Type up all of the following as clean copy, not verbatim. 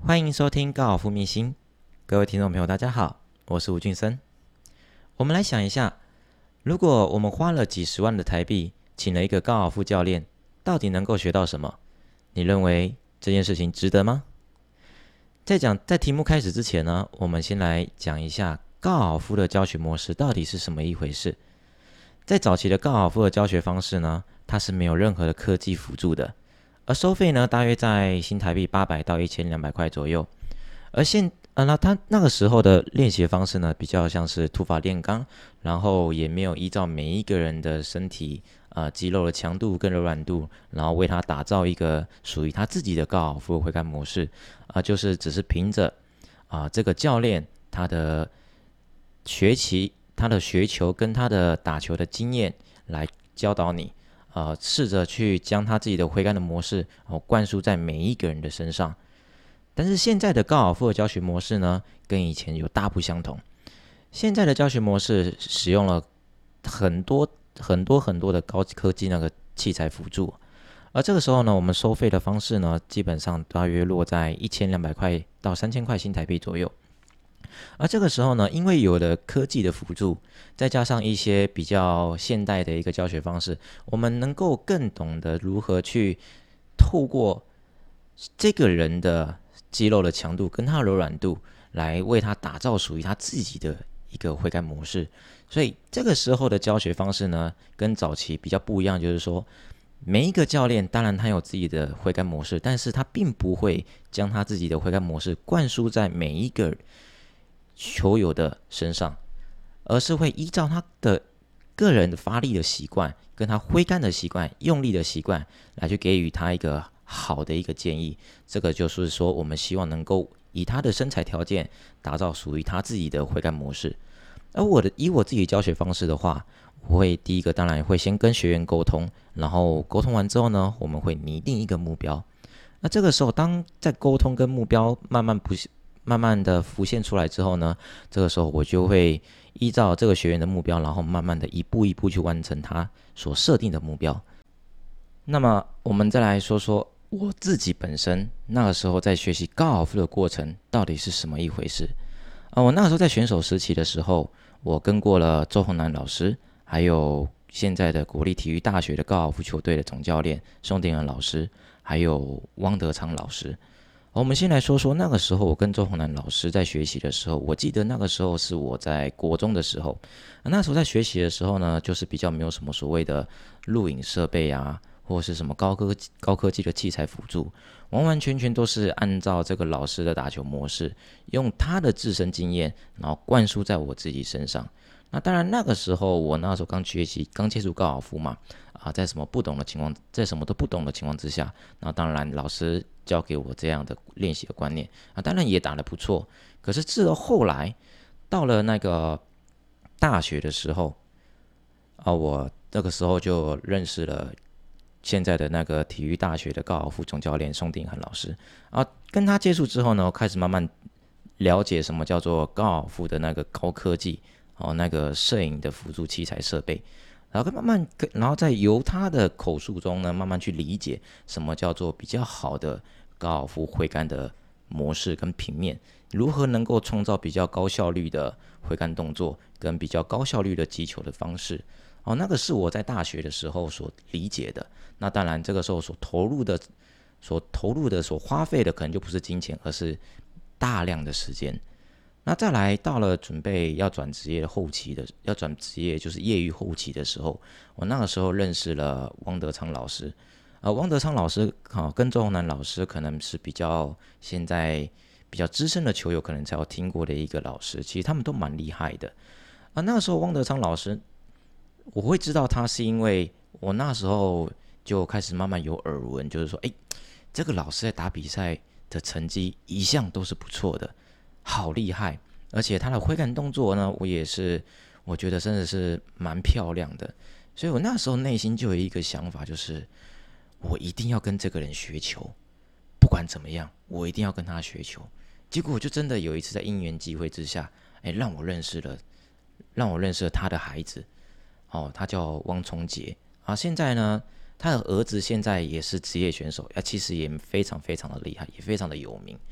欢迎收听高尔夫秘辛，各位听众朋友，大家好，我是吴俊森。我们来想一下，如果我们花了几十万的台币，请了一个高尔夫教练，到底能够学到什么？你认为这件事情值得吗？在题目开始之前呢，我们先来讲一下高尔夫的教学模式到底是什么一回事。在早期的高尔夫的教学方式呢，它是没有任何的科技辅助的，而收费呢，大约在新台币800到1200块左右。那他那个时候的练习方式呢，比较像是土法炼钢，然后也没有依照每一个人的身体肌肉的强度跟柔软度，然后为他打造一个属于他自己的高尔夫挥杆模式就是只是凭着这个教练他的学球跟他的打球的经验来教导你，试着去将他自己的挥杆的模式灌输在每一个人的身上。但是现在的高尔夫的教学模式呢，跟以前有大不相同。现在的教学模式使用了很多的高科技那个器材辅助，而这个时候呢，我们收费的方式呢，基本上大约落在1200块到3000块新台币左右。而这个时候呢，因为有了科技的辅助，再加上一些比较现代的一个教学方式，我们能够更懂得如何去透过这个人的肌肉的强度跟他的柔软度，来为他打造属于他自己的一个挥杆模式。所以这个时候的教学方式呢，跟早期比较不一样，就是说每一个教练当然他有自己的挥杆模式，但是他并不会将他自己的挥杆模式灌输在每一个球友的身上，而是会依照他的个人的发力的习惯，跟他挥杆的习惯、用力的习惯，来去给予他一个好的一个建议。这个就是说，我们希望能够以他的身材条件，打造属于他自己的挥杆模式。而以我自己教学方式的话，我会第一个当然会先跟学员沟通，然后沟通完之后呢，我们会拟定一个目标。那这个时候，当在沟通跟目标慢慢的浮现出来之后呢，这个时候我就会依照这个学员的目标，然后慢慢的一步一步去完成他所设定的目标。那么我们再来说说我自己本身那个时候在学习高尔夫的过程到底是什么一回事我那个时候在选手时期的时候，我跟过了周宏南老师，还有现在的国立体育大学的高尔夫球队的总教练宋定恩老师，还有汪德昌老师。我们先来说说那个时候我跟周宏南老师在学习的时候，我记得那个时候是我在国中的时候，那时候在学习的时候呢，就是比较没有什么所谓的录影设备或是什么高科技的器材辅助，完完全全都是按照这个老师的打球模式，用他的自身经验，然后灌输在我自己身上。那当然，那个时候我那时候刚学习、刚接触高尔夫嘛，在什么都不懂的情况之下，那当然老师教给我这样的练习的观念当然也打得不错。可是至了后来，到了那个大学的时候我那个时候就认识了现在的那个体育大学的高尔夫总教练宋定恒老师跟他接触之后呢，我开始慢慢了解什么叫做高尔夫的那个高科技那个摄影的辅助器材设备，然后再由他的口述中呢，慢慢去理解什么叫做比较好的高尔夫挥杆的模式跟平面，如何能够创造比较高效率的挥杆动作跟比较高效率的击球的方式。那个是我在大学的时候所理解的。那当然，这个时候所投入的、所花费的，可能就不是金钱，而是大量的时间。那再来到了准备要转职业的后期的，要转职业就是业余后期的时候，我那个时候认识了汪德昌老师。汪德昌老师跟周宏南老师可能是现在比较资深的球友可能才有听过的一个老师，其实他们都蛮厉害的。那个时候汪德昌老师，我会知道他是因为我那时候就开始慢慢有耳闻，就是说，这个老师在打比赛的成绩一向都是不错的，好厉害，而且他的挥杆动作呢，我觉得真的是蛮漂亮的，所以我那时候内心就有一个想法，就是我一定要跟这个人学球，不管怎么样，我一定要跟他学球。结果我就真的有一次在因缘际会之下，让我认识了他的孩子，他叫汪崇杰现在呢，他的儿子现在也是职业选手，其实也非常非常的厉害，也非常的有名。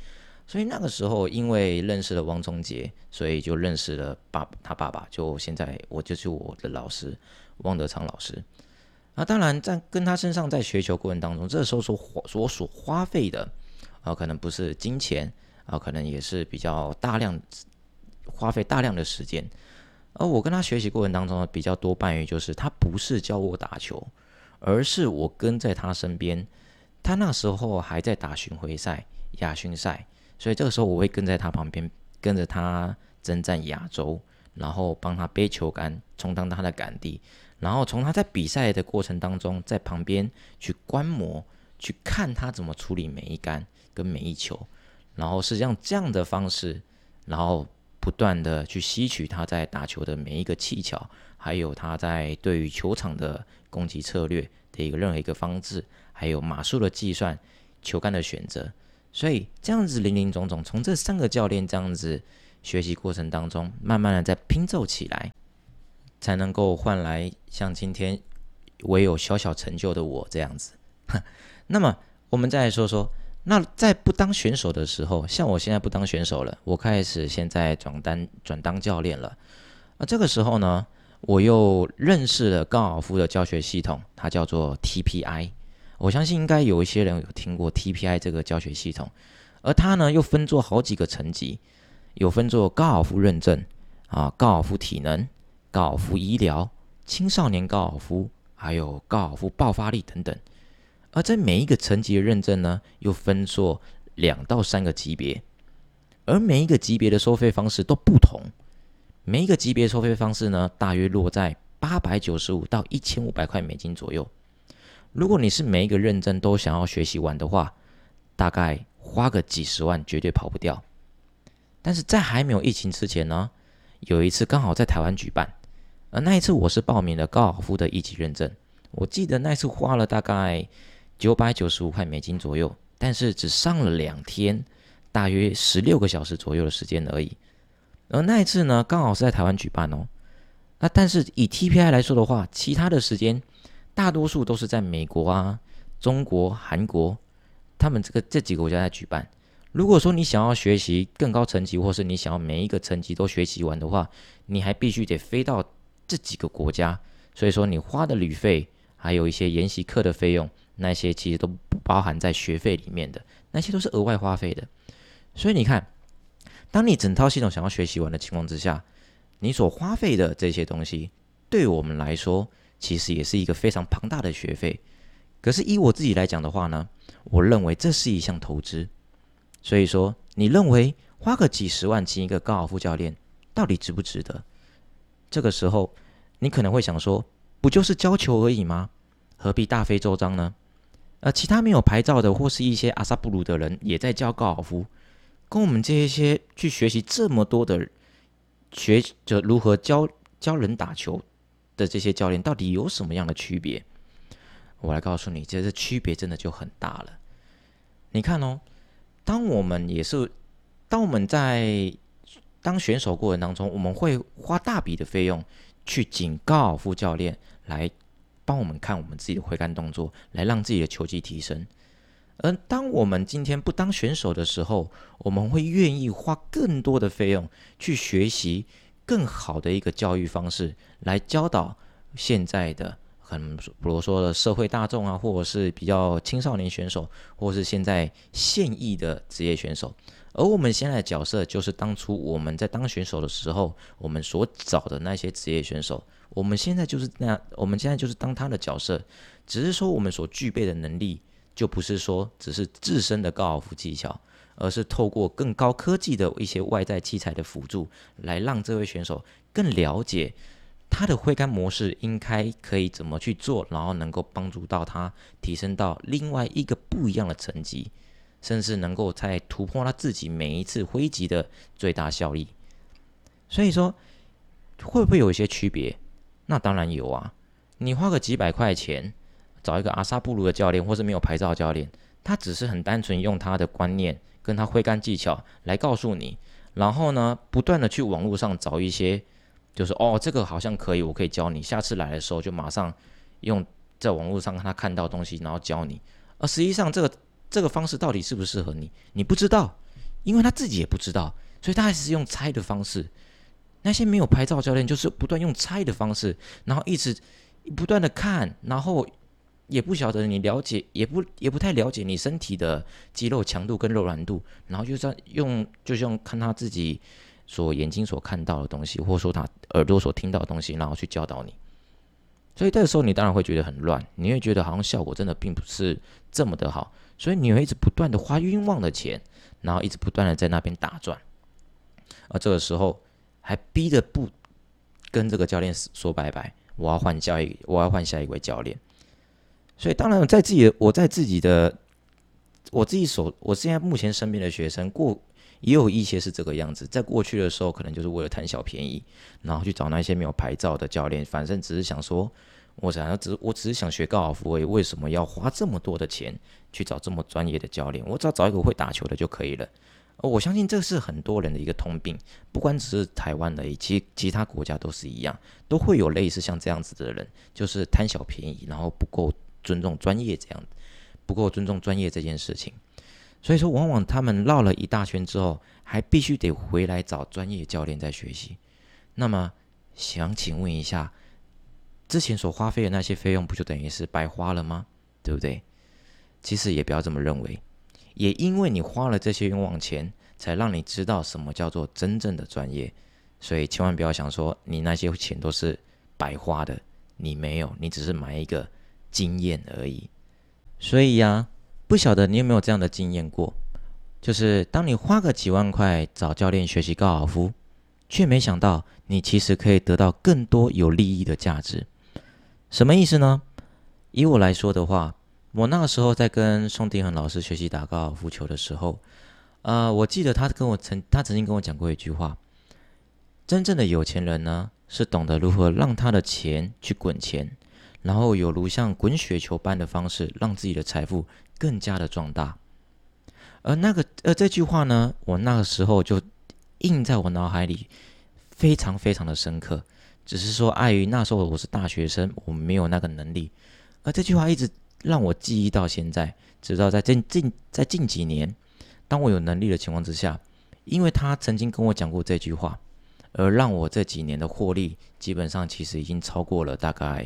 所以那个时候因为认识了汪宗杰，所以就认识了他爸爸，就现在我就是我的老师汪德昌老师。那当然在跟他身上在学球过程当中，这时候所花费的可能不是金钱可能也是比较花费大量的时间。而我跟他学习过程当中比较多半于就是他不是教我打球，而是我跟在他身边。他那时候还在打巡回赛、亚巡赛，所以这个时候我会跟在他旁边，跟着他征战亚洲，然后帮他背球杆，充当他的杆弟，然后从他在比赛的过程当中，在旁边去观摩，去看他怎么处理每一杆跟每一球，然后是用这样的方式，然后不断的去吸取他在打球的每一个技巧，还有他在对于球场的攻击策略的任何一个方式，还有码数的计算、球杆的选择。所以这样子林林总总，从这3个教练这样子学习过程当中，慢慢的再拼凑起来，才能够换来像今天唯有小小成就的我这样子。那么我们再来说说，那在不当选手的时候，像我现在不当选手了，我开始现在转当教练了。这个时候呢，我又认识了高尔夫的教学系统，它叫做 TPI。我相信应该有一些人有听过 TPI 这个教学系统，而它呢又分作好几个层级，有分作高尔夫认证高尔夫体能、高尔夫医疗、青少年高尔夫，还有高尔夫爆发力等等。而在每一个层级的认证呢，又分作2到3个级别，而每一个级别的收费方式都不同。每一个级别收费方式呢，大约落在895到1500块美金左右。如果你是每一个认证都想要学习完的话，大概花个几十万绝对跑不掉。但是在还没有疫情之前呢，有一次刚好在台湾举办，而那一次我是报名了高尔夫的1级认证，我记得那次花了大概995块美金左右，但是只上了2天，大约16个小时左右的时间而已。而那一次呢，刚好是在台湾举办哦。但是以 TPI 来说的话，其他的时间大多数都是在美国中国、韩国，他们这几个国家在举办。如果说你想要学习更高层级，或是你想要每一个层级都学习完的话，你还必须得飞到这几个国家。所以说你花的旅费，还有一些研习课的费用，那些其实都不包含在学费里面的，那些都是额外花费的。所以你看，当你整套系统想要学习完的情况之下，你所花费的这些东西，对我们来说，其实也是一个非常庞大的学费。可是以我自己来讲的话呢，我认为这是一项投资。所以说，你认为花个几十万请一个高尔夫教练，到底值不值得？这个时候，你可能会想说，不就是教球而已吗？何必大费周章呢？其他没有牌照的，或是一些阿萨布鲁的人也在教高尔夫，跟我们这一些去学习这么多的学着如何教人打球的这些教练，到底有什么样的区别？我来告诉你，这区别真的就很大了。你看哦，当我们在当选手过程当中，我们会花大笔的费用去请高尔夫教练来帮我们看我们自己的挥杆动作，来让自己的球技提升。而当我们今天不当选手的时候，我们会愿意花更多的费用去学习更好的一个教育方式，来教导现在的比如说的社会大众或者是比较青少年选手，或者是现在现役的职业选手。而我们现在的角色就是当初我们在当选手的时候，我们所找的那些职业选手，我们现在就是当他的角色，只是说我们所具备的能力，就不是说只是自身的高尔夫技巧，而是透过更高科技的一些外在器材的辅助，来让这位选手更了解他的挥杆模式应该可以怎么去做，然后能够帮助到他提升到另外一个不一样的层级，甚至能够再突破他自己每一次挥击的最大效益。所以说，会不会有一些区别？那当然有啊。你花个几百块钱找一个阿萨布鲁的教练，或是没有牌照的教练，他只是很单纯用他的观念跟他挥杆技巧来告诉你，然后呢，不断的去网络上找一些，就是这个好像可以，我可以教你，下次来的时候就马上用在网络上他看到的东西，然后教你。而实际上这个方式到底适不适合你，你不知道， 因为他自己也不知道，所以他还是用猜的方式。那些没有牌照教练就是不断用猜的方式，然后一直不断的看，然后也不晓得你了解，也不太了解你身体的肌肉强度跟柔软度，然后就像看他自己眼睛所看到的东西，或者说他耳朵所听到的东西，然后去教导你。所以这个时候你当然会觉得很乱，你会觉得好像效果真的并不是这么的好，所以你会一直不断的花冤枉的钱，然后一直不断的在那边打转，而这个时候还逼着不跟这个教练说拜拜，我要换下一位教练。所以当然我现在目前身边的学生也有一些是这个样子，在过去的时候可能就是为了贪小便宜，然后去找那些没有牌照的教练，反正只是想说，我只是想学高尔夫而已，为什么要花这么多的钱去找这么专业的教练？我只要找一个会打球的就可以了。我相信这是很多人的一个通病，不光只是台湾而已，其他国家都是一样，都会有类似像这样子的人，就是贪小便宜，然后不够尊重专业这件事情。所以说，往往他们绕了一大圈之后，还必须得回来找专业教练再学习。那么，想请问一下，之前所花费的那些费用，不就等于是白花了吗？对不对？其实也不要这么认为，也因为你花了这些冤枉钱，才让你知道什么叫做真正的专业。所以千万不要想说你那些钱都是白花的，你没有，你只是买一个经验而已。所以呀，不晓得你有没有这样的经验过，就是当你花个几万块找教练学习高尔夫，却没想到你其实可以得到更多有利益的价值。什么意思呢？以我来说的话，我那个时候在跟宋定恒老师学习打高尔夫球的时候，我记得他曾经跟我讲过一句话：真正的有钱人呢，是懂得如何让他的钱去滚钱，然后有如像滚雪球般的方式，让自己的财富更加的壮大。这句话呢，我那个时候就印在我脑海里，非常非常的深刻。只是说，碍于那时候我是大学生，我没有那个能力。而这句话一直让我记忆到现在，直到在近几年，当我有能力的情况之下，因为他曾经跟我讲过这句话，而让我这几年的获利，基本上其实已经超过了大概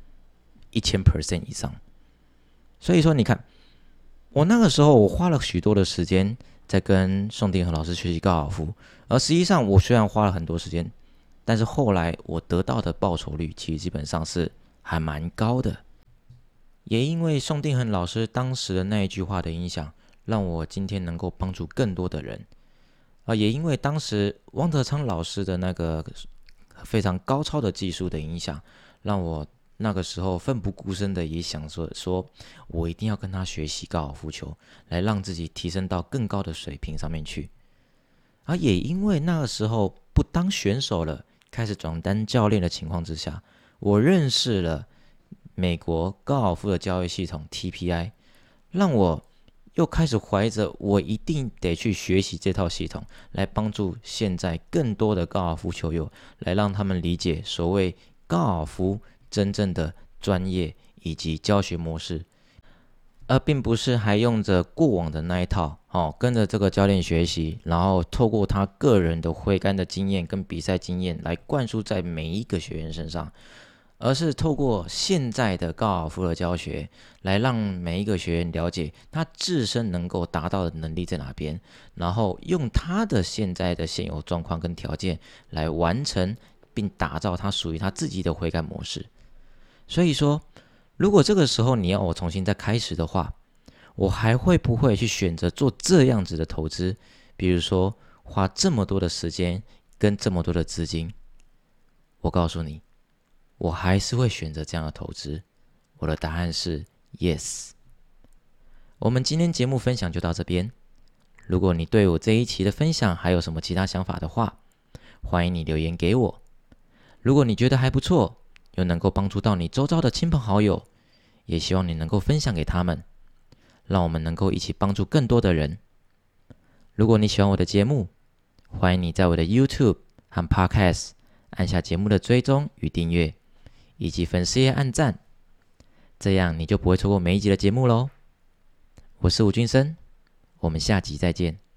1000% 以上。所以说，你看，我那个时候我花了许多的时间在跟宋定和老师学习高尔夫，而实际上我虽然花了很多时间，但是后来我得到的报酬率其实基本上是还蛮高的。也因为宋定恒老师当时的那一句话的影响，让我今天能够帮助更多的人。也因为当时汪德昌老师的那个非常高超的技术的影响，让我那个时候奋不顾身的也想说我一定要跟他学习高尔夫球，来让自己提升到更高的水平上面去。而也因为那个时候不当选手了，开始转当教练的情况之下，我认识了美国高尔夫的教育系统 TPI， 让我又开始怀着我一定得去学习这套系统，来帮助现在更多的高尔夫球友，来让他们理解所谓高尔夫真正的专业以及教学模式，而并不是还用着过往的那一套，跟着这个教练学习，然后透过他个人的挥杆的经验跟比赛经验来灌输在每一个学员身上，而是透过现在的高尔夫的教学，来让每一个学员了解他自身能够达到的能力在哪边，然后用他的现在的现有状况跟条件来完成并打造他属于他自己的挥杆模式。所以说，如果这个时候你要我重新再开始的话，我还会不会去选择做这样子的投资？比如说花这么多的时间跟这么多的资金，我告诉你，我还是会选择这样的投资。我的答案是 yes。我们今天节目分享就到这边。如果你对我这一期的分享还有什么其他想法的话，欢迎你留言给我。如果你觉得还不错，又能够帮助到你周遭的亲朋好友，也希望你能够分享给他们，让我们能够一起帮助更多的人。如果你喜欢我的节目，欢迎你在我的 YouTube 和 Podcast 按下节目的追踪与订阅，以及粉丝页按赞，这样你就不会错过每一集的节目咯。我是吴君生，我们下集再见。